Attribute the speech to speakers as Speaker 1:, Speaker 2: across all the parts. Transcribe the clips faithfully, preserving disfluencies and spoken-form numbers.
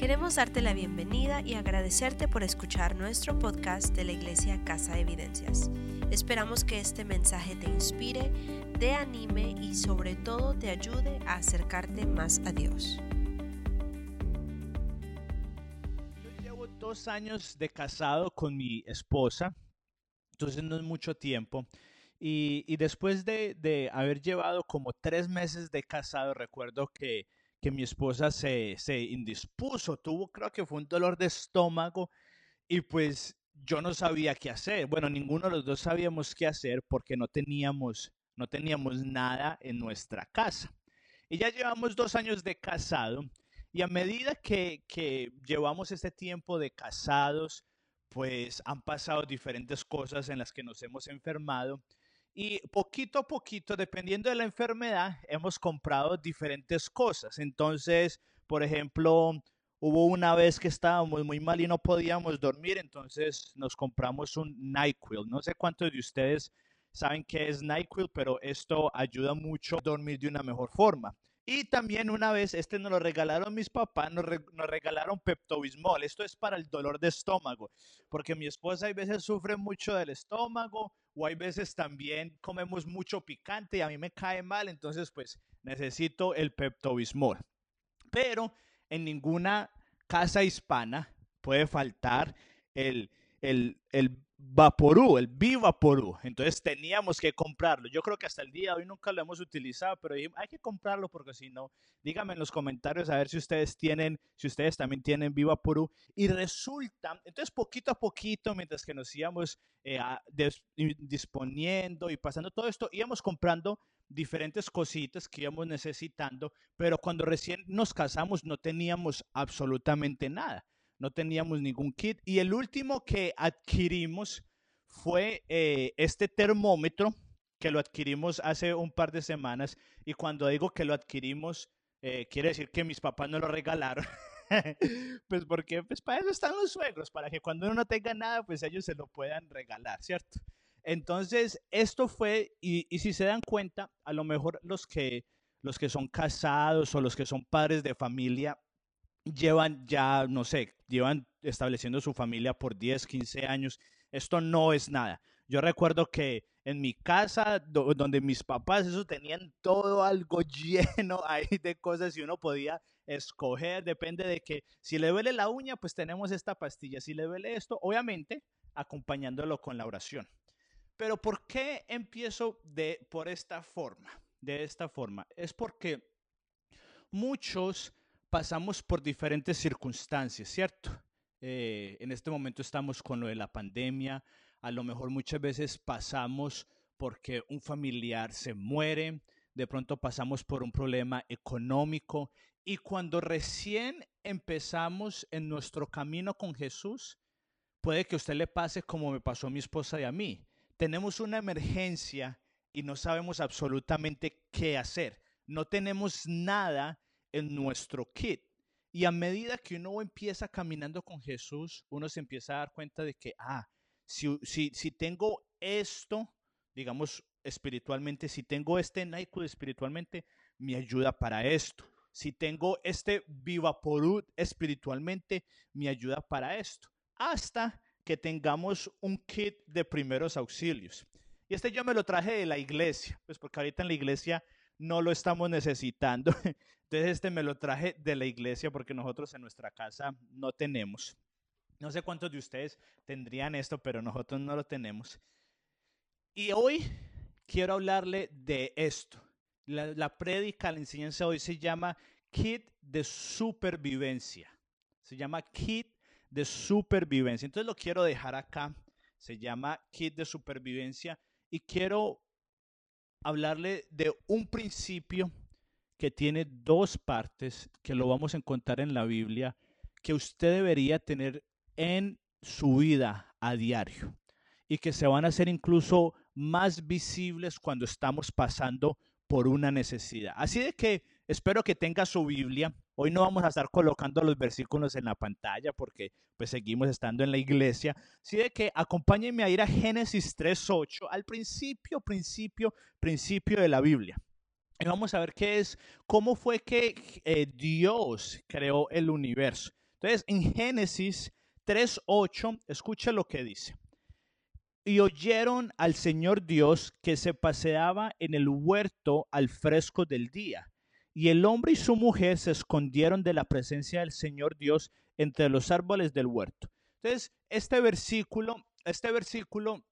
Speaker 1: Queremos darte la bienvenida y agradecerte por escuchar nuestro podcast de la Iglesia Casa de Evidencias. Esperamos que este mensaje te inspire, te anime y sobre todo te ayude a acercarte más a Dios.
Speaker 2: Yo llevo dos años de casado con mi esposa, entonces no es mucho tiempo. Y, y después de, de haber llevado como tres meses de casado, recuerdo que, que mi esposa se, se indispuso, tuvo, creo que fue un dolor de estómago y pues yo no sabía qué hacer. Bueno, ninguno de los dos sabíamos qué hacer porque no teníamos, no teníamos nada en nuestra casa. Y ya llevamos dos años de casado y a medida que, que llevamos este tiempo de casados, pues han pasado diferentes cosas en las que nos hemos enfermado. Y poquito a poquito, dependiendo de la enfermedad, hemos comprado diferentes cosas. Entonces, por ejemplo, hubo una vez que estábamos muy mal y no podíamos dormir, entonces nos compramos un NyQuil. No sé cuántos de ustedes saben qué es NyQuil, pero esto ayuda mucho a dormir de una mejor forma. Y también una vez, este nos lo regalaron mis papás, nos, re, nos regalaron Pepto-Bismol. Esto es para el dolor de estómago, porque mi esposa a veces sufre mucho del estómago o hay veces también comemos mucho picante y a mí me cae mal, entonces pues necesito el Pepto-Bismol. Pero en ninguna casa hispana puede faltar el, el, el Vaporú, el Vivaporú. Entonces teníamos que comprarlo. Yo creo que hasta el día de hoy nunca lo hemos utilizado, pero dijimos, hay que comprarlo porque si no, díganme en los comentarios a ver si ustedes tienen, si ustedes también tienen Vivaporú. Y resulta, entonces poquito a poquito, mientras que nos íbamos eh, a, des, disponiendo y pasando todo esto, íbamos comprando diferentes cositas que íbamos necesitando, pero cuando recién nos casamos no teníamos absolutamente nada. No teníamos ningún kit y el último que adquirimos fue eh, este termómetro que lo adquirimos hace un par de semanas y cuando digo que lo adquirimos eh, quiere decir que mis papás nos lo regalaron. Pues porque pues para eso están los suegros, para que cuando uno no tenga nada pues ellos se lo puedan regalar, ¿cierto? Entonces esto fue y, y si se dan cuenta a lo mejor los que, los que son casados o los que son padres de familia llevan ya, no sé, llevan estableciendo su familia por diez, quince años. Esto no es nada. Yo recuerdo que en mi casa, do, donde mis papás, eso tenían todo algo lleno ahí de cosas y uno podía escoger, depende de que si le duele la uña, pues tenemos esta pastilla. Si le duele esto, obviamente acompañándolo con la oración. Pero ¿por qué empiezo de, por esta forma? De esta forma. Es porque muchos pasamos por diferentes circunstancias, ¿cierto? Eh, en este momento estamos con lo de la pandemia, a lo mejor muchas veces pasamos porque un familiar se muere, de pronto pasamos por un problema económico y cuando recién empezamos en nuestro camino con Jesús, puede que a usted le pase como me pasó a mi esposa y a mí. Tenemos una emergencia y no sabemos absolutamente qué hacer. No tenemos nada en nuestro kit. Y a medida que uno empieza caminando con Jesús, uno se empieza a dar cuenta de que, ah, si, si, si tengo esto, digamos espiritualmente, si tengo este NyQuil espiritualmente, me ayuda para esto. Si tengo este Vivaporú espiritualmente, me ayuda para esto. Hasta que tengamos un kit de primeros auxilios. Y este yo me lo traje de la iglesia, pues porque ahorita en la iglesia no lo estamos necesitando. Entonces este me lo traje de la iglesia porque nosotros en nuestra casa no tenemos. No sé cuántos de ustedes tendrían esto, pero nosotros no lo tenemos. Y hoy quiero hablarle de esto. La, la prédica, la enseñanza hoy se llama Kit de Supervivencia. Se llama Kit de Supervivencia. Entonces lo quiero dejar acá. Se llama Kit de Supervivencia y quiero hablarle de un principio que tiene dos partes, que lo vamos a encontrar en la Biblia, que usted debería tener en su vida a diario y que se van a hacer incluso más visibles cuando estamos pasando por una necesidad. Así de que espero que tenga su Biblia. Hoy no vamos a estar colocando los versículos en la pantalla porque pues seguimos estando en la iglesia. Así de que acompáñenme a ir a Génesis tres ocho, al principio, principio, principio de la Biblia. Y vamos a ver qué es, cómo fue que eh, Dios creó el universo. Entonces, en Génesis tres ocho, escucha lo que dice. Y oyeron al Señor Dios que se paseaba en el huerto al fresco del día. Y el hombre y su mujer se escondieron de la presencia del Señor Dios entre los árboles del huerto. Entonces, este versículo, este versículo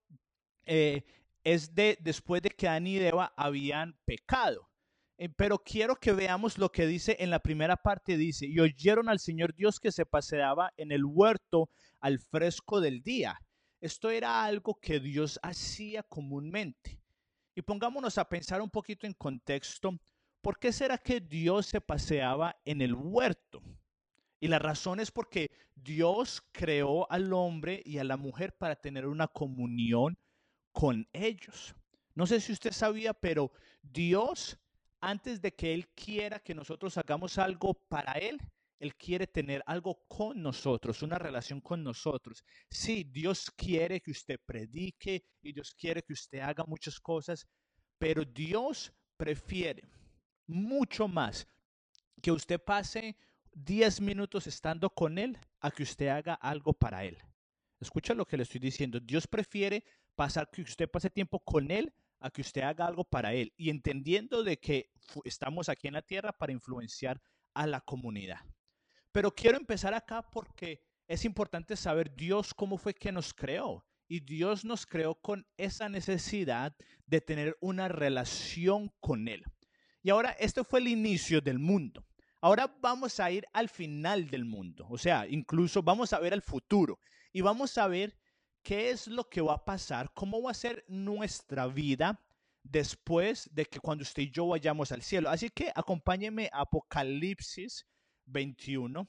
Speaker 2: eh, es de después de que Adán y Eva habían pecado. Eh, pero quiero que veamos lo que dice en la primera parte. Dice, y oyeron al Señor Dios que se paseaba en el huerto al fresco del día. Esto era algo que Dios hacía comúnmente. Y pongámonos a pensar un poquito en contexto. ¿Por qué será que Dios se paseaba en el huerto? Y la razón es porque Dios creó al hombre y a la mujer para tener una comunión con ellos. No sé si usted sabía, pero Dios, antes de que Él quiera que nosotros hagamos algo para Él, Él quiere tener algo con nosotros, una relación con nosotros. Sí, Dios quiere que usted predique y Dios quiere que usted haga muchas cosas, pero Dios prefiere mucho más que usted pase diez minutos estando con Él a que usted haga algo para Él. Escucha lo que le estoy diciendo. Dios prefiere pasar que usted pase tiempo con Él a que usted haga algo para Él, y entendiendo de que estamos aquí en la tierra para influenciar a la comunidad. Pero quiero empezar acá porque es importante saber Dios cómo fue que nos creó. Y Dios nos creó con esa necesidad de tener una relación con Él. Y ahora, este fue el inicio del mundo. Ahora vamos a ir al final del mundo. O sea, incluso vamos a ver al futuro. Y vamos a ver qué es lo que va a pasar, cómo va a ser nuestra vida después de que cuando usted y yo vayamos al cielo. Así que acompáñeme a Apocalipsis veintiuno.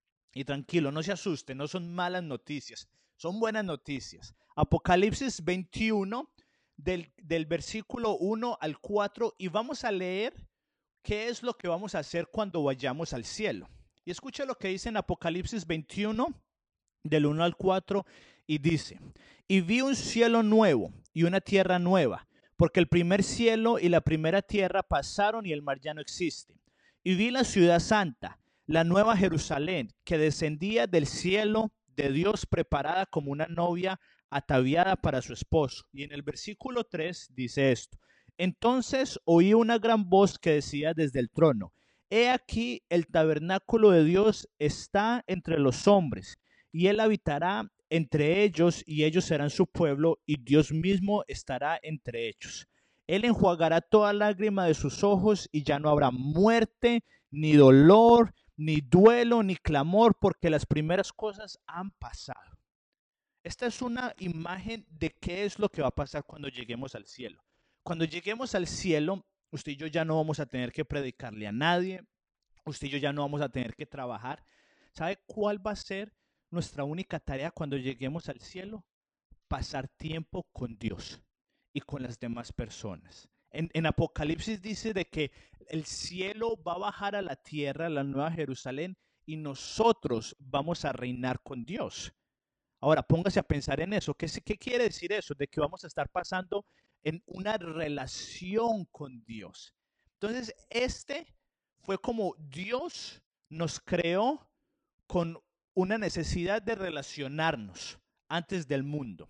Speaker 2: Y tranquilo, no se asuste, no son malas noticias, son buenas noticias. Apocalipsis veintiuno, del, del versículo uno al cuatro, y vamos a leer qué es lo que vamos a hacer cuando vayamos al cielo. Y escucha lo que dice en Apocalipsis veintiuno, del uno al cuatro, y dice, y vi un cielo nuevo y una tierra nueva, porque el primer cielo y la primera tierra pasaron y el mar ya no existe. Y vi la ciudad santa, la nueva Jerusalén, que descendía del cielo de Dios, preparada como una novia ataviada para su esposo. Y en el versículo tres dice esto: entonces oí una gran voz que decía desde el trono, he aquí el tabernáculo de Dios está entre los hombres, y él habitará entre ellos, y ellos serán su pueblo, y Dios mismo estará entre ellos. Él enjuagará toda lágrima de sus ojos, y ya no habrá muerte, ni dolor, ni duelo, ni clamor, porque las primeras cosas han pasado. Esta es una imagen de qué es lo que va a pasar cuando lleguemos al cielo. Cuando lleguemos al cielo, usted y yo ya no vamos a tener que predicarle a nadie, usted y yo ya no vamos a tener que trabajar. ¿Sabe cuál va a ser nuestra única tarea cuando lleguemos al cielo? Pasar tiempo con Dios y con las demás personas. En, en Apocalipsis dice de que el cielo va a bajar a la tierra, la nueva Jerusalén, y nosotros vamos a reinar con Dios. Ahora, póngase a pensar en eso. ¿Qué, qué quiere decir eso? De que vamos a estar pasando en una relación con Dios. Entonces, este fue como Dios nos creó con una necesidad de relacionarnos antes del mundo.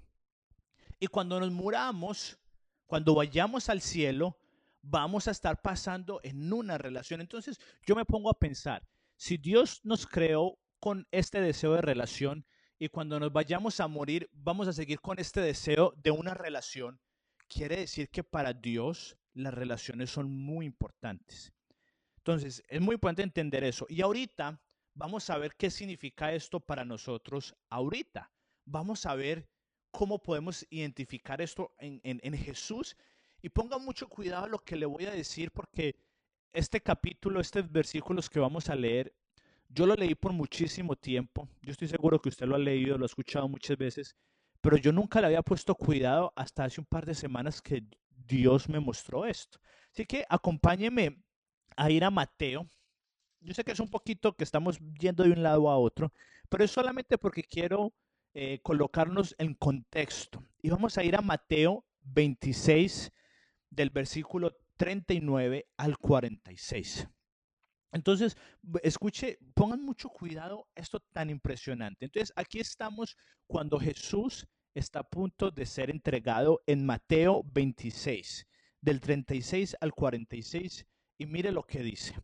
Speaker 2: Y cuando nos muramos, cuando vayamos al cielo, vamos a estar pasando en una relación. Entonces, yo me pongo a pensar, si Dios nos creó con este deseo de relación y cuando nos vayamos a morir, vamos a seguir con este deseo de una relación, quiere decir que para Dios las relaciones son muy importantes. Entonces, es muy importante entender eso. Y ahorita vamos a ver qué significa esto para nosotros ahorita. Vamos a ver cómo podemos identificar esto en, en, en Jesús. Y ponga mucho cuidado a lo que le voy a decir, porque este capítulo, estos versículos que vamos a leer, yo lo leí por muchísimo tiempo. Yo estoy seguro que usted lo ha leído, lo ha escuchado muchas veces, pero yo nunca le había puesto cuidado hasta hace un par de semanas que Dios me mostró esto. Así que acompáñeme a ir a Mateo. Yo sé que es un poquito que estamos yendo de un lado a otro, pero es solamente porque quiero eh, colocarnos en contexto. Y vamos a ir a Mateo veintiséis, del versículo treinta y nueve al cuarenta y seis. Entonces, b- escuche, pongan mucho cuidado, esto tan impresionante. Entonces, aquí estamos cuando Jesús está a punto de ser entregado en Mateo veintiséis, del treinta y seis al cuarenta y seis, y mire lo que dice.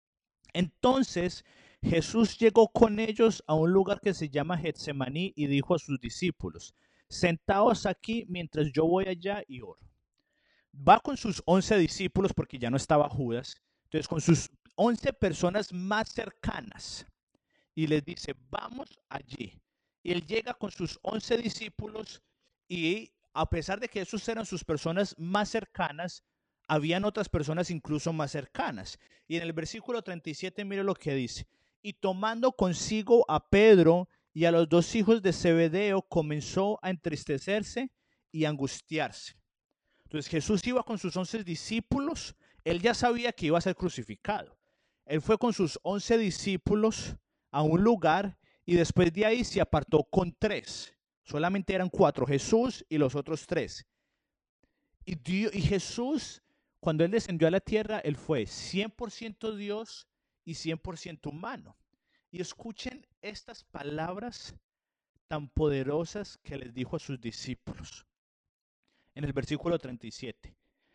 Speaker 2: Entonces, Jesús llegó con ellos a un lugar que se llama Getsemaní y dijo a sus discípulos, sentaos aquí mientras yo voy allá y oro. Va con sus once discípulos porque ya no estaba Judas, entonces con sus once personas más cercanas y les dice, vamos allí. Y él llega con sus once discípulos y a pesar de que esos eran sus personas más cercanas, habían otras personas incluso más cercanas. Y en el versículo treinta y siete mire lo que dice, y tomando consigo a Pedro y a los dos hijos de Zebedeo, comenzó a entristecerse y angustiarse. Entonces Jesús iba con sus once discípulos, él ya sabía que iba a ser crucificado. Él fue con sus once discípulos a un lugar y después de ahí se apartó con tres. Solamente eran cuatro, Jesús y los otros tres. Y, Dios, y Jesús, cuando él descendió a la tierra, él fue cien por ciento Dios y cien por ciento humano. Y escuchen estas palabras tan poderosas que les dijo a sus discípulos. En el versículo treinta y siete.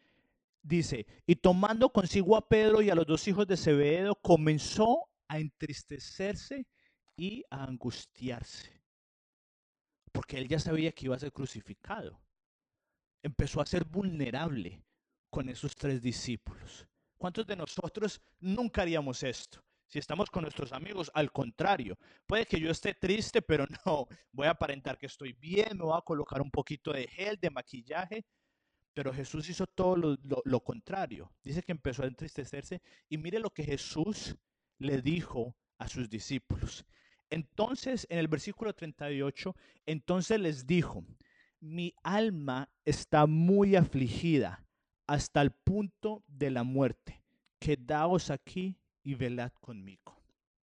Speaker 2: Dice, y tomando consigo a Pedro y a los dos hijos de Zebedeo, comenzó a entristecerse y a angustiarse, porque él ya sabía que iba a ser crucificado. Empezó a ser vulnerable con esos tres discípulos. ¿Cuántos de nosotros nunca haríamos esto? Si estamos con nuestros amigos, al contrario, puede que yo esté triste, pero no, voy a aparentar que estoy bien, me voy a colocar un poquito de gel, de maquillaje. Pero Jesús hizo todo lo, lo, lo contrario. Dice que empezó a entristecerse y mire lo que Jesús le dijo a sus discípulos. Entonces, en el versículo treinta y ocho, entonces les dijo, mi alma está muy afligida hasta el punto de la muerte. Quedaos aquí y velad conmigo.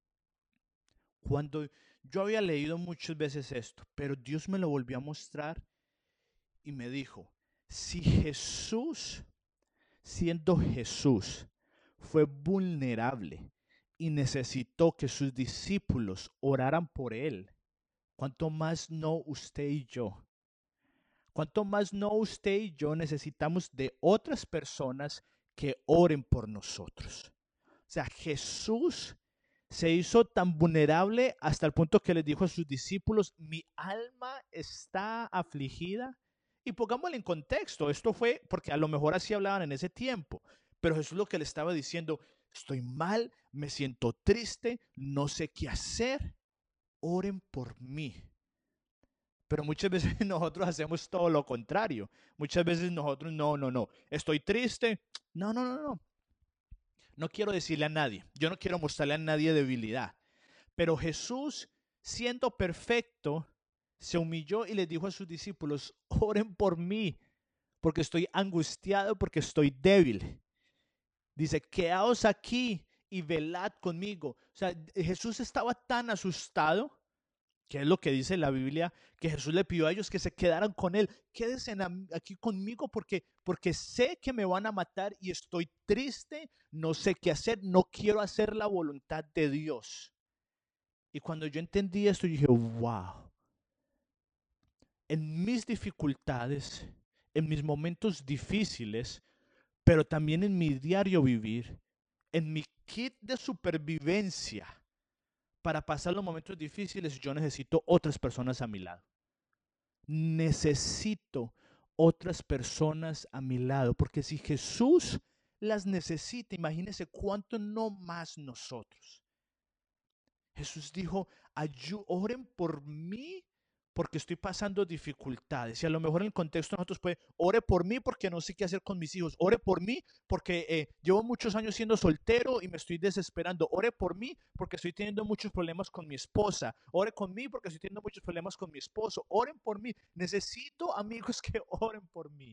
Speaker 2: Cuando yo había leído muchas veces esto, pero Dios me lo volvió a mostrar y me dijo, si Jesús, siendo Jesús, fue vulnerable y necesitó que sus discípulos oraran por él, ¿cuánto más no usted y yo? ¿Cuánto más no usted y yo necesitamos de otras personas que oren por nosotros? O sea, Jesús se hizo tan vulnerable hasta el punto que les dijo a sus discípulos, mi alma está afligida. Y pongámosle en contexto, esto fue porque a lo mejor así hablaban en ese tiempo, pero Jesús lo que le estaba diciendo, estoy mal, me siento triste, no sé qué hacer, oren por mí. Pero muchas veces nosotros hacemos todo lo contrario. Muchas veces nosotros, no, no, no, estoy triste, no, no, no, no. No quiero decirle a nadie, yo no quiero mostrarle a nadie debilidad. Pero Jesús, siendo perfecto, se humilló y les dijo a sus discípulos, oren por mí, porque estoy angustiado, porque estoy débil. Dice, quedaos aquí y velad conmigo. O sea, Jesús estaba tan asustado, que es lo que dice la Biblia, que Jesús le pidió a ellos que se quedaran con él. Quédense aquí conmigo porque, porque sé que me van a matar y estoy triste, no sé qué hacer, no quiero hacer la voluntad de Dios. Y cuando yo entendí esto, yo dije, wow. En mis dificultades, en mis momentos difíciles, pero también en mi diario vivir, en mi kit de supervivencia, para pasar los momentos difíciles, yo necesito otras personas a mi lado. Necesito otras personas a mi lado, porque si Jesús las necesita, imagínense cuánto no más nosotros. Jesús dijo, oren por mí porque estoy pasando dificultades. Y a lo mejor en el contexto nosotros puede, ore por mí porque no sé qué hacer con mis hijos. Ore por mí porque eh, llevo muchos años siendo soltero y me estoy desesperando. Ore por mí porque estoy teniendo muchos problemas con mi esposa. Ore con mí porque estoy teniendo muchos problemas con mi esposo. Oren por mí. Necesito amigos que oren por mí.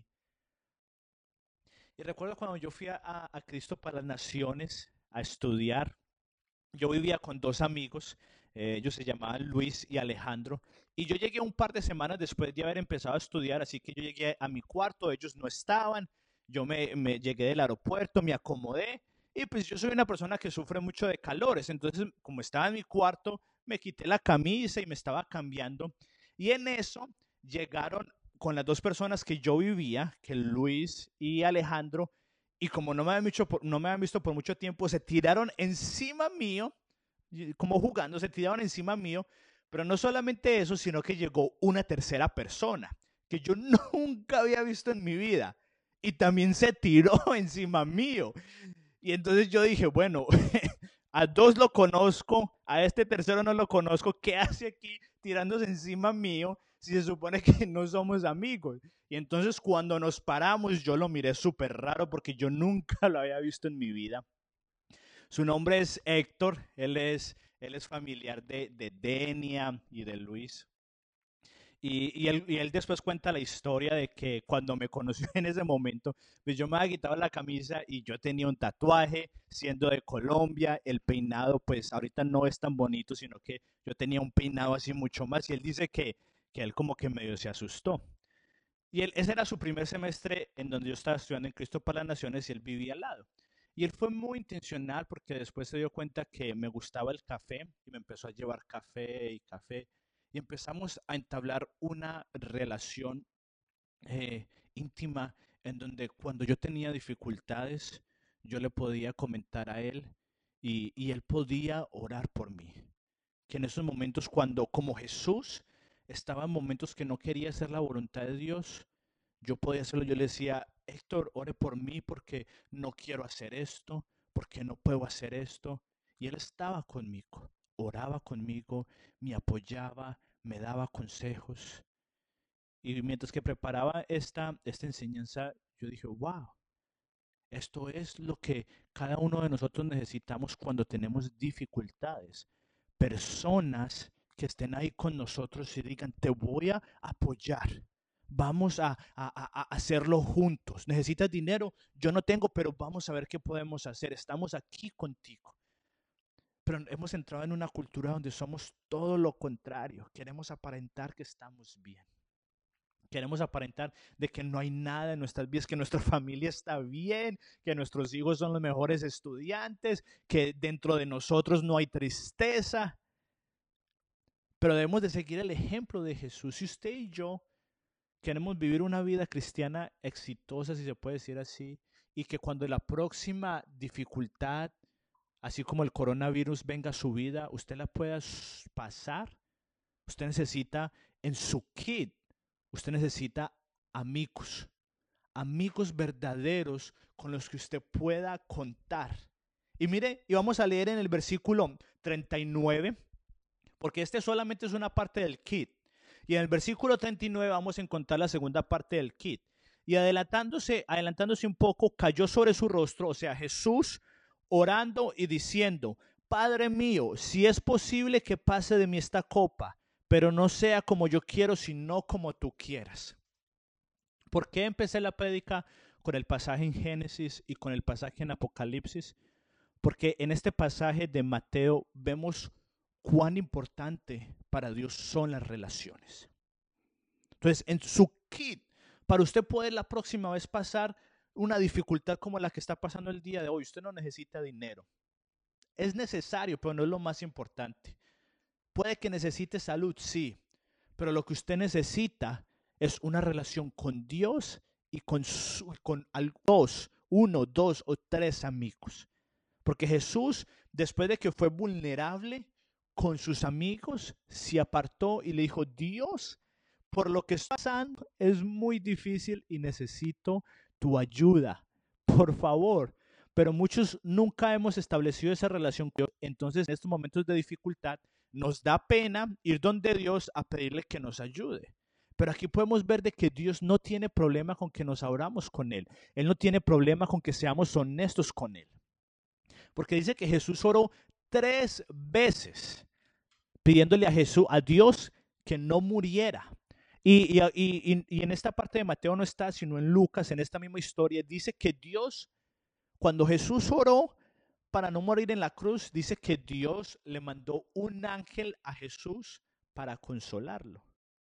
Speaker 2: Y recuerdo cuando yo fui a, a Cristo para las Naciones a estudiar. Yo vivía con dos amigos, eh, ellos se llamaban Luis y Alejandro, y yo llegué un par de semanas después de haber empezado a estudiar, así que yo llegué a mi cuarto, ellos no estaban, yo me, me llegué del aeropuerto, me acomodé, Y pues yo soy una persona que sufre mucho de calores, entonces como estaba en mi cuarto, me quité la camisa y me estaba cambiando. Y en eso llegaron con las dos personas que yo vivía, que Luis y Alejandro, y como no me habían visto por, no me habían visto por mucho tiempo, se tiraron encima mío, como jugando, se tiraron encima mío, pero no solamente eso, sino que llegó una tercera persona que yo nunca había visto en mi vida y también se tiró encima mío. Y entonces yo dije, bueno, a dos lo conozco, a este tercero no lo conozco, ¿qué hace aquí tirándose encima mío si se supone que no somos amigos? Y entonces cuando nos paramos yo lo miré súper raro porque yo nunca lo había visto en mi vida. Su nombre es Héctor, él es, él es familiar de, de Denia y de Luis. Y, y, él, y él después cuenta la historia de que cuando me conoció en ese momento, pues yo me había quitado la camisa y yo tenía un tatuaje, siendo de Colombia, el peinado pues ahorita no es tan bonito, sino que yo tenía un peinado así mucho más y él dice que, que él como que medio se asustó. Y él, ese era su primer semestre en donde yo estaba estudiando en Cristo para las Naciones y él vivía al lado. Y él fue muy intencional porque después se dio cuenta que me gustaba el café y me empezó a llevar café y café. Y empezamos a entablar una relación eh, íntima en donde cuando yo tenía dificultades, yo le podía comentar a él y, y él podía orar por mí. Que en esos momentos cuando como Jesús estaba en momentos que no quería hacer la voluntad de Dios, yo podía hacerlo. Yo le decía, Héctor, ore por mí porque no quiero hacer esto, porque no puedo hacer esto. Y él estaba conmigo, oraba conmigo, me apoyaba, me daba consejos. Y mientras que preparaba esta, esta enseñanza, yo dije, wow, esto es lo que cada uno de nosotros necesitamos cuando tenemos dificultades. Personas que estén ahí con nosotros y digan, te voy a apoyar. Vamos a, a, a, hacerlo juntos. ¿Necesitas dinero? Yo no tengo, pero vamos a ver qué podemos hacer. Estamos aquí contigo. Pero hemos entrado en una cultura donde somos todo lo contrario. Queremos aparentar que estamos bien. Queremos aparentar de que no hay nada en nuestras vidas, que nuestra familia está bien, que nuestros hijos son los mejores estudiantes, que dentro de nosotros no hay tristeza. Pero debemos de seguir el ejemplo de Jesús. Si usted y yo queremos vivir una vida cristiana exitosa, si se puede decir así, y que cuando la próxima dificultad, así como el coronavirus, venga a su vida, usted la pueda pasar, usted necesita en su kit, usted necesita amigos, amigos verdaderos con los que usted pueda contar. Y mire, y vamos a leer en el versículo treinta y nueve, porque este solamente es una parte del kit. Y en el versículo treinta y nueve vamos a encontrar la segunda parte del kit. Y adelantándose, adelantándose un poco, cayó sobre su rostro, o sea, Jesús orando y diciendo, Padre mío, si es posible que pase de mí esta copa, pero no sea como yo quiero, sino como tú quieras. ¿Por qué empecé la prédica con el pasaje en Génesis y con el pasaje en Apocalipsis? Porque en este pasaje de Mateo vemos cuán importante para Dios son las relaciones. Entonces, en su kit, para usted poder la próxima vez pasar una dificultad como la que está pasando el día de hoy, usted no necesita dinero. Es necesario, pero no es lo más importante. Puede que necesite salud, sí, pero lo que usted necesita es una relación con Dios y con, su, con dos, uno, dos o tres amigos. Porque Jesús, después de que fue vulnerable con sus amigos, se apartó y le dijo, Dios, por lo que estoy pasando es muy difícil y necesito tu ayuda, por favor. Pero muchos nunca hemos establecido esa relación con Dios. Entonces, en estos momentos de dificultad, nos da pena ir donde Dios a pedirle que nos ayude. Pero aquí podemos ver de que Dios no tiene problema con que nos abramos con Él. Él no tiene problema con que seamos honestos con Él. Porque dice que Jesús oró tres veces pidiéndole a Jesús, a Dios, que no muriera. Y, y, y, y en esta parte de Mateo no está, sino en Lucas, en esta misma historia, dice que Dios, cuando Jesús oró para no morir en la cruz, dice que Dios le mandó un ángel a Jesús para consolarlo.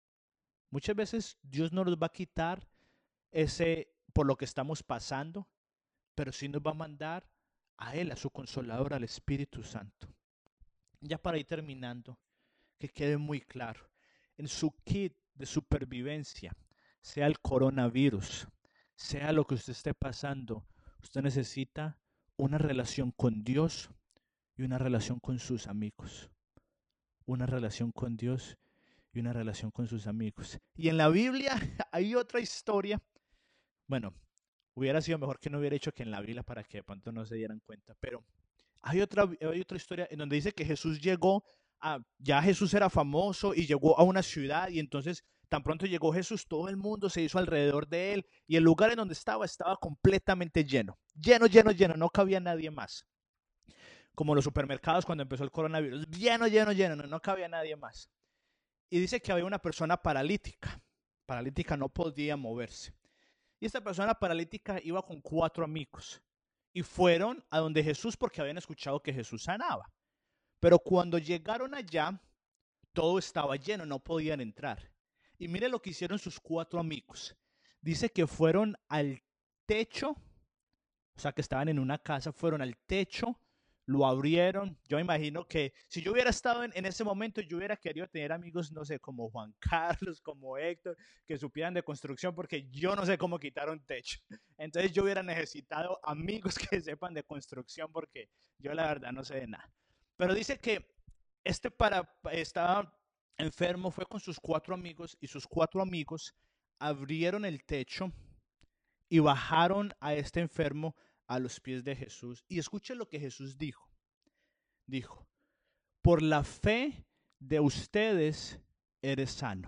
Speaker 2: Muchas veces Dios no nos va a quitar ese por lo que estamos pasando, pero sí nos va a mandar a Él, a su Consolador, al Espíritu Santo. Ya para ir terminando, que quede muy claro, en su kit de supervivencia, sea el coronavirus, sea lo que usted esté pasando, usted necesita una relación con Dios y una relación con sus amigos. Una relación con Dios y una relación con sus amigos. Y en la Biblia hay otra historia. Bueno, hubiera sido mejor que no hubiera hecho que en la Biblia para que de pronto no se dieran cuenta. Pero hay otra, hay otra historia en donde dice que Jesús llegó a, ya Jesús era famoso y llegó a una ciudad y entonces tan pronto llegó Jesús, todo el mundo se hizo alrededor de él y el lugar en donde estaba estaba completamente lleno. Lleno, lleno, lleno, no cabía nadie más. Como los supermercados cuando empezó el coronavirus, lleno, lleno, lleno, no, no cabía nadie más. Y dice que había una persona paralítica, paralítica no podía moverse. Y esta persona paralítica iba con cuatro amigos y fueron a donde Jesús porque habían escuchado que Jesús sanaba. Pero cuando llegaron allá, todo estaba lleno, no podían entrar. Y mire lo que hicieron sus cuatro amigos. Dice que fueron al techo, o sea que estaban en una casa, fueron al techo, lo abrieron. Yo me imagino que si yo hubiera estado en, en ese momento, yo hubiera querido tener amigos, no sé, como Juan Carlos, como Héctor, que supieran de construcción, porque yo no sé cómo quitar un techo. Entonces yo hubiera necesitado amigos que sepan de construcción, porque yo la verdad no sé de nada. Pero dice que este para, estaba enfermo, fue con sus cuatro amigos y sus cuatro amigos abrieron el techo y bajaron a este enfermo a los pies de Jesús. Y escuchen lo que Jesús dijo. Dijo, por la fe de ustedes eres sano.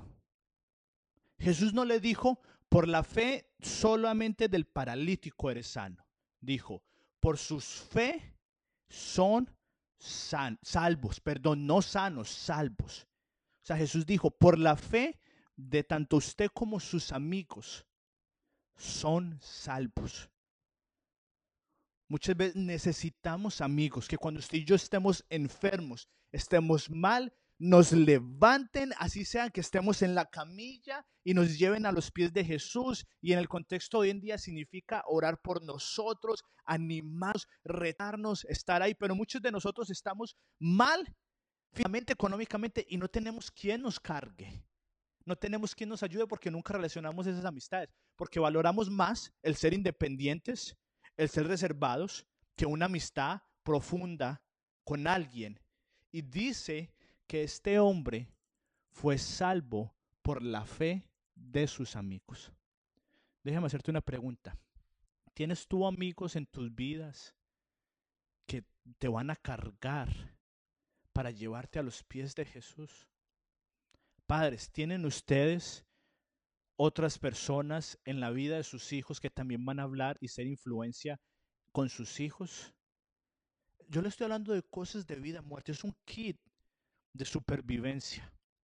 Speaker 2: Jesús no le dijo, por la fe solamente del paralítico eres sano. Dijo, por sus fe son san, salvos, perdón, no sanos, salvos. O sea, Jesús dijo, por la fe de tanto usted como sus amigos son salvos. Muchas veces necesitamos amigos que cuando usted y yo estemos enfermos, estemos mal, nos levanten, así sea que estemos en la camilla y nos lleven a los pies de Jesús. Y en el contexto hoy en día significa orar por nosotros, animarnos, retarnos, estar ahí. Pero muchos de nosotros estamos mal físicamente, económicamente y no tenemos quien nos cargue. No tenemos quien nos ayude porque nunca relacionamos esas amistades, porque valoramos más el ser independientes, el ser reservados, que una amistad profunda con alguien. Y dice que este hombre fue salvo por la fe de sus amigos. Déjame hacerte una pregunta. ¿Tienes tú amigos en tus vidas que te van a cargar para llevarte a los pies de Jesús? Padres, ¿tienen ustedes otras personas en la vida de sus hijos que también van a hablar y ser influencia con sus hijos? Yo le estoy hablando de cosas de vida, muerte. Es un kit de supervivencia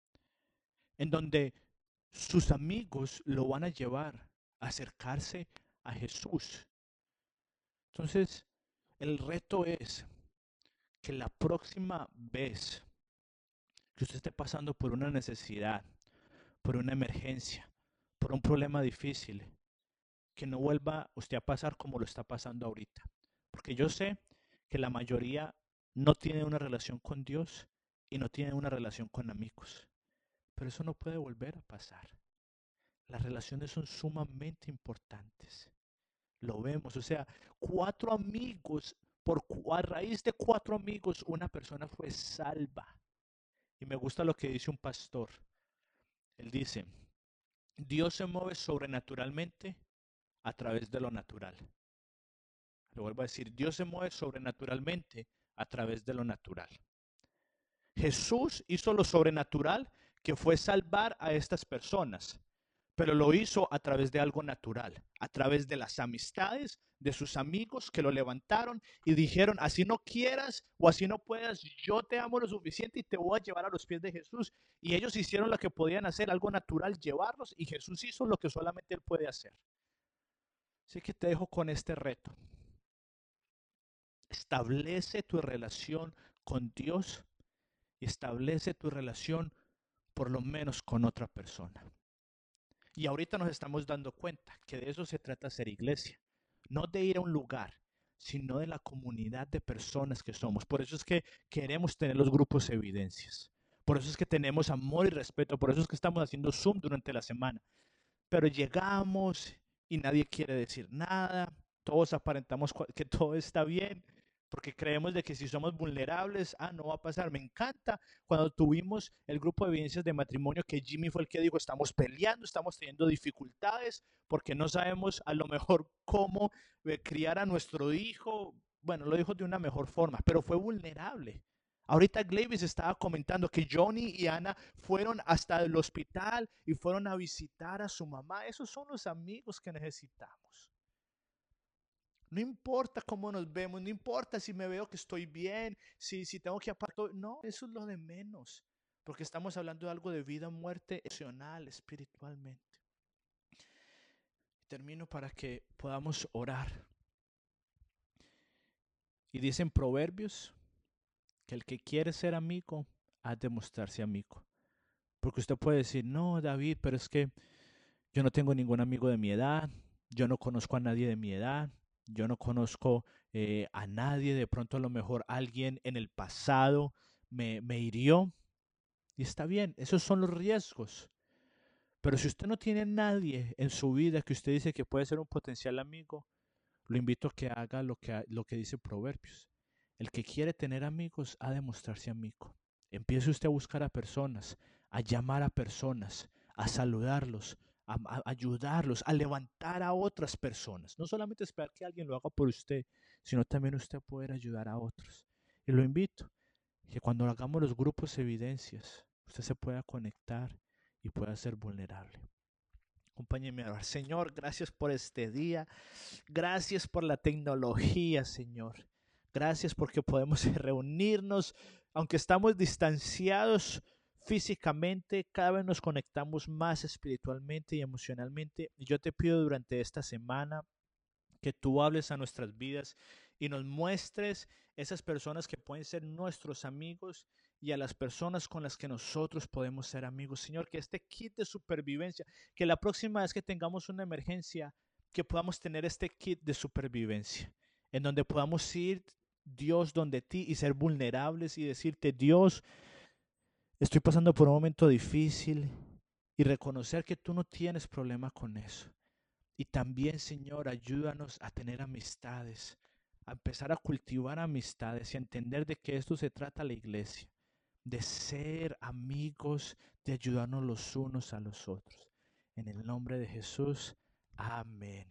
Speaker 2: en donde sus amigos lo van a llevar a acercarse a Jesús. Entonces, el reto es que la próxima vez que usted esté pasando por una necesidad, por una emergencia, por un problema difícil, que no vuelva usted a pasar como lo está pasando ahorita. Porque yo sé que la mayoría no tiene una relación con Dios y no tiene una relación con amigos. Pero eso no puede volver a pasar. Las relaciones son sumamente importantes. Lo vemos, o sea, cuatro amigos, por, a raíz de cuatro amigos, una persona fue salva. Y me gusta lo que dice un pastor. Él dice, Dios se mueve sobrenaturalmente a través de lo natural. Lo vuelvo a decir, Dios se mueve sobrenaturalmente a través de lo natural. Jesús hizo lo sobrenatural, que fue salvar a estas personas, pero lo hizo a través de algo natural, a través de las amistades de sus amigos que lo levantaron y dijeron, así no quieras o así no puedas, yo te amo lo suficiente y te voy a llevar a los pies de Jesús. Y ellos hicieron lo que podían hacer, algo natural, llevarlos, y Jesús hizo lo que solamente Él puede hacer. Así que te dejo con este reto. Establece tu relación con Dios y establece tu relación por lo menos con otra persona. Y ahorita nos estamos dando cuenta que de eso se trata ser iglesia. No de ir a un lugar, sino de la comunidad de personas que somos. Por eso es que queremos tener los grupos Evidencias. Por eso es que tenemos amor y respeto. Por eso es que estamos haciendo Zoom durante la semana. Pero llegamos y nadie quiere decir nada. Todos aparentamos que todo está bien, porque creemos de que si somos vulnerables, ah, no va a pasar. Me encanta cuando tuvimos el grupo de evidencias de matrimonio que Jimmy fue el que dijo, estamos peleando, estamos teniendo dificultades, porque no sabemos a lo mejor cómo eh, criar a nuestro hijo. Bueno, lo dijo de una mejor forma, pero fue vulnerable. Ahorita Glavis estaba comentando que Johnny y Ana fueron hasta el hospital y fueron a visitar a su mamá. Esos son los amigos que necesitamos. No importa cómo nos vemos, no importa si me veo que estoy bien, si, si tengo que apartar. No, eso es lo de menos. Porque estamos hablando de algo de vida, muerte, emocional, espiritualmente. Termino para que podamos orar. Y dicen Proverbios que el que quiere ser amigo ha de mostrarse amigo. Porque usted puede decir, no, David, pero es que yo no tengo ningún amigo de mi edad, yo no conozco a nadie de mi edad, yo no conozco eh, a nadie, de pronto a lo mejor alguien en el pasado me, me hirió. Y está bien, esos son los riesgos. Pero si usted no tiene a nadie en su vida que usted dice que puede ser un potencial amigo, lo invito a que haga lo que, lo que dice Proverbios. El que quiere tener amigos ha de mostrarse amigo. Empiece usted a buscar a personas, a llamar a personas, a saludarlos, a, a ayudarlos, a levantar a otras personas. No solamente esperar que alguien lo haga por usted, sino también usted poder ayudar a otros. Y lo invito, que cuando hagamos los grupos evidencias, usted se pueda conectar y pueda ser vulnerable. Acompáñenme a orar. Señor, gracias por este día. Gracias por la tecnología, Señor. Gracias porque podemos reunirnos, aunque estamos distanciados físicamente, cada vez nos conectamos más espiritualmente y emocionalmente. Y yo te pido durante esta semana que tú hables a nuestras vidas y nos muestres esas personas que pueden ser nuestros amigos y a las personas con las que nosotros podemos ser amigos. Señor, que este kit de supervivencia, que la próxima vez que tengamos una emergencia, que podamos tener este kit de supervivencia, en donde podamos ir, Dios, donde ti y ser vulnerables y decirte, Dios, estoy pasando por un momento difícil, y reconocer que tú no tienes problema con eso. Y también, Señor, ayúdanos a tener amistades, a empezar a cultivar amistades y a entender de que esto se trata la iglesia, de ser amigos, de ayudarnos los unos a los otros. En el nombre de Jesús, amén.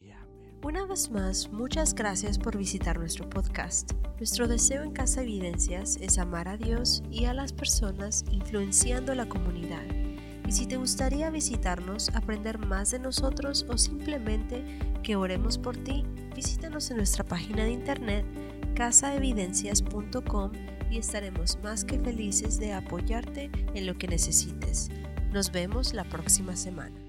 Speaker 1: Una vez más, muchas gracias por visitar nuestro podcast. Nuestro deseo en Casa Evidencias es amar a Dios y a las personas, influenciando la comunidad. Y si te gustaría visitarnos, aprender más de nosotros o simplemente que oremos por ti, visítanos en nuestra página de internet casa evidencias punto com y estaremos más que felices de apoyarte en lo que necesites. Nos vemos la próxima semana.